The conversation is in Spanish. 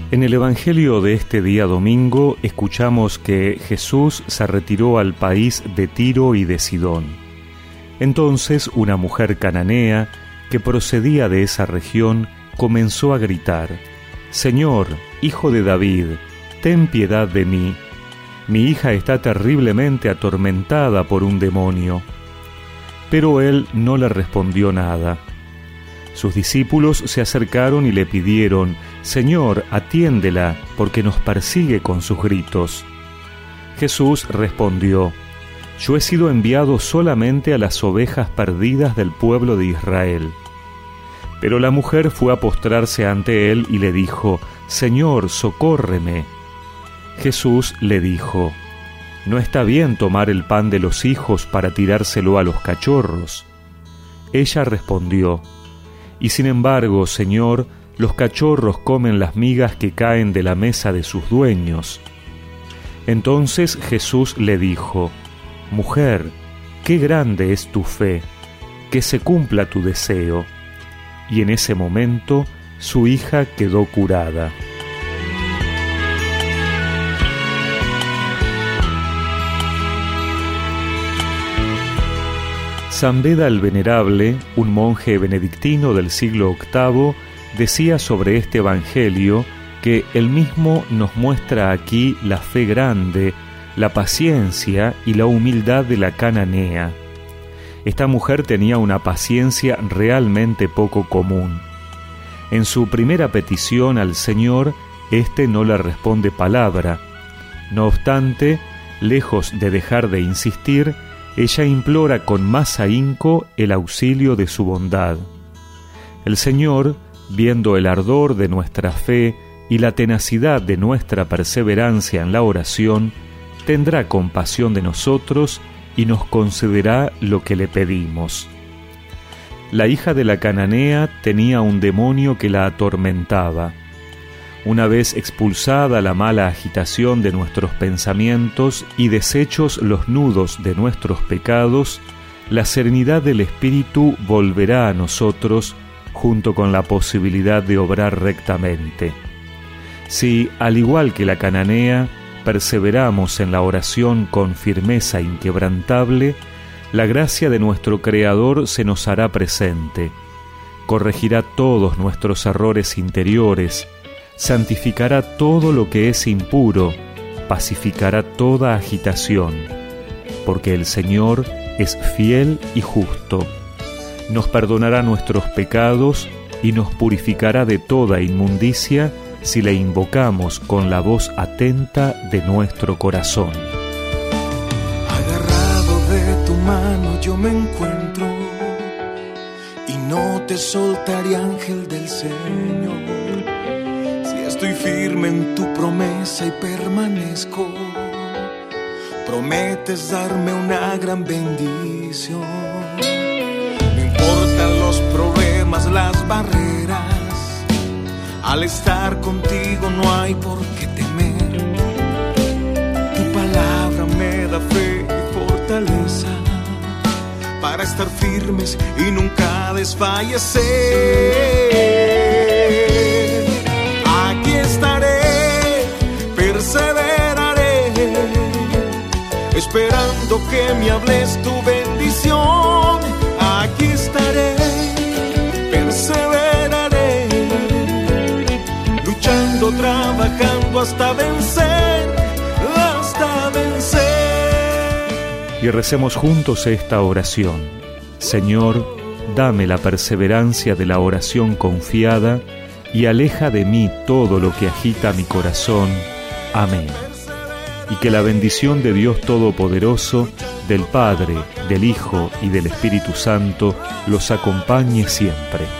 En el Evangelio de este día domingo escuchamos que Jesús se retiró al país de Tiro y de Sidón. Entonces una mujer cananea que procedía de esa región comenzó a gritar: «Señor, Hijo de David, ten piedad de mí. Mi hija está terriblemente atormentada por un demonio». Pero él no le respondió nada. Sus discípulos se acercaron y le pidieron: «Señor, atiéndela, porque nos persigue con sus gritos». Jesús respondió: «Yo he sido enviado solamente a las ovejas perdidas del pueblo de Israel». Pero la mujer fue a postrarse ante él y le dijo: «Señor, socórreme». Jesús le dijo: «No está bien tomar el pan de los hijos para tirárselo a los cachorros». Ella respondió: «Y sin embargo, Señor, los cachorros comen las migas que caen de la mesa de sus dueños». Entonces Jesús le dijo: «Mujer, qué grande es tu fe, que se cumpla tu deseo». Y en ese momento su hija quedó curada. San Beda el Venerable, un monje benedictino del siglo VIII, decía sobre este Evangelio que él mismo nos muestra aquí la fe grande, la paciencia y la humildad de la cananea. Esta mujer tenía una paciencia realmente poco común. En su primera petición al Señor, éste no le responde palabra. No obstante, lejos de dejar de insistir, ella implora con más ahínco el auxilio de su bondad. El Señor, viendo el ardor de nuestra fe y la tenacidad de nuestra perseverancia en la oración, tendrá compasión de nosotros y nos concederá lo que le pedimos. La hija de la cananea tenía un demonio que la atormentaba. Una vez expulsada la mala agitación de nuestros pensamientos y deshechos los nudos de nuestros pecados, la serenidad del espíritu volverá a nosotros junto con la posibilidad de obrar rectamente. Si, al igual que la cananea, perseveramos en la oración con firmeza inquebrantable, la gracia de nuestro Creador se nos hará presente, corregirá todos nuestros errores interiores, santificará todo lo que es impuro, pacificará toda agitación, porque el Señor es fiel y justo. Nos perdonará nuestros pecados y nos purificará de toda inmundicia si le invocamos con la voz atenta de nuestro corazón. Agarrado de tu mano yo me encuentro y no te soltaré, ángel del Señor. Si estoy firme en tu promesa y permanezco, prometes darme una gran bendición. No importan los problemas, las barreras, al estar contigo no hay por qué temer. Tu palabra me da fe y fortaleza para estar firmes y nunca desfallecer. Aquí estaré, perseveraré, esperando que me hables tu bendición. Aquí estaré, perseveraré, luchando, trabajando hasta vencer, hasta vencer. Y recemos juntos esta oración. Señor, dame la perseverancia de la oración confiada y aleja de mí todo lo que agita mi corazón. Amén. Y que la bendición de Dios Todopoderoso, del Padre, del Hijo y del Espíritu Santo los acompañe siempre.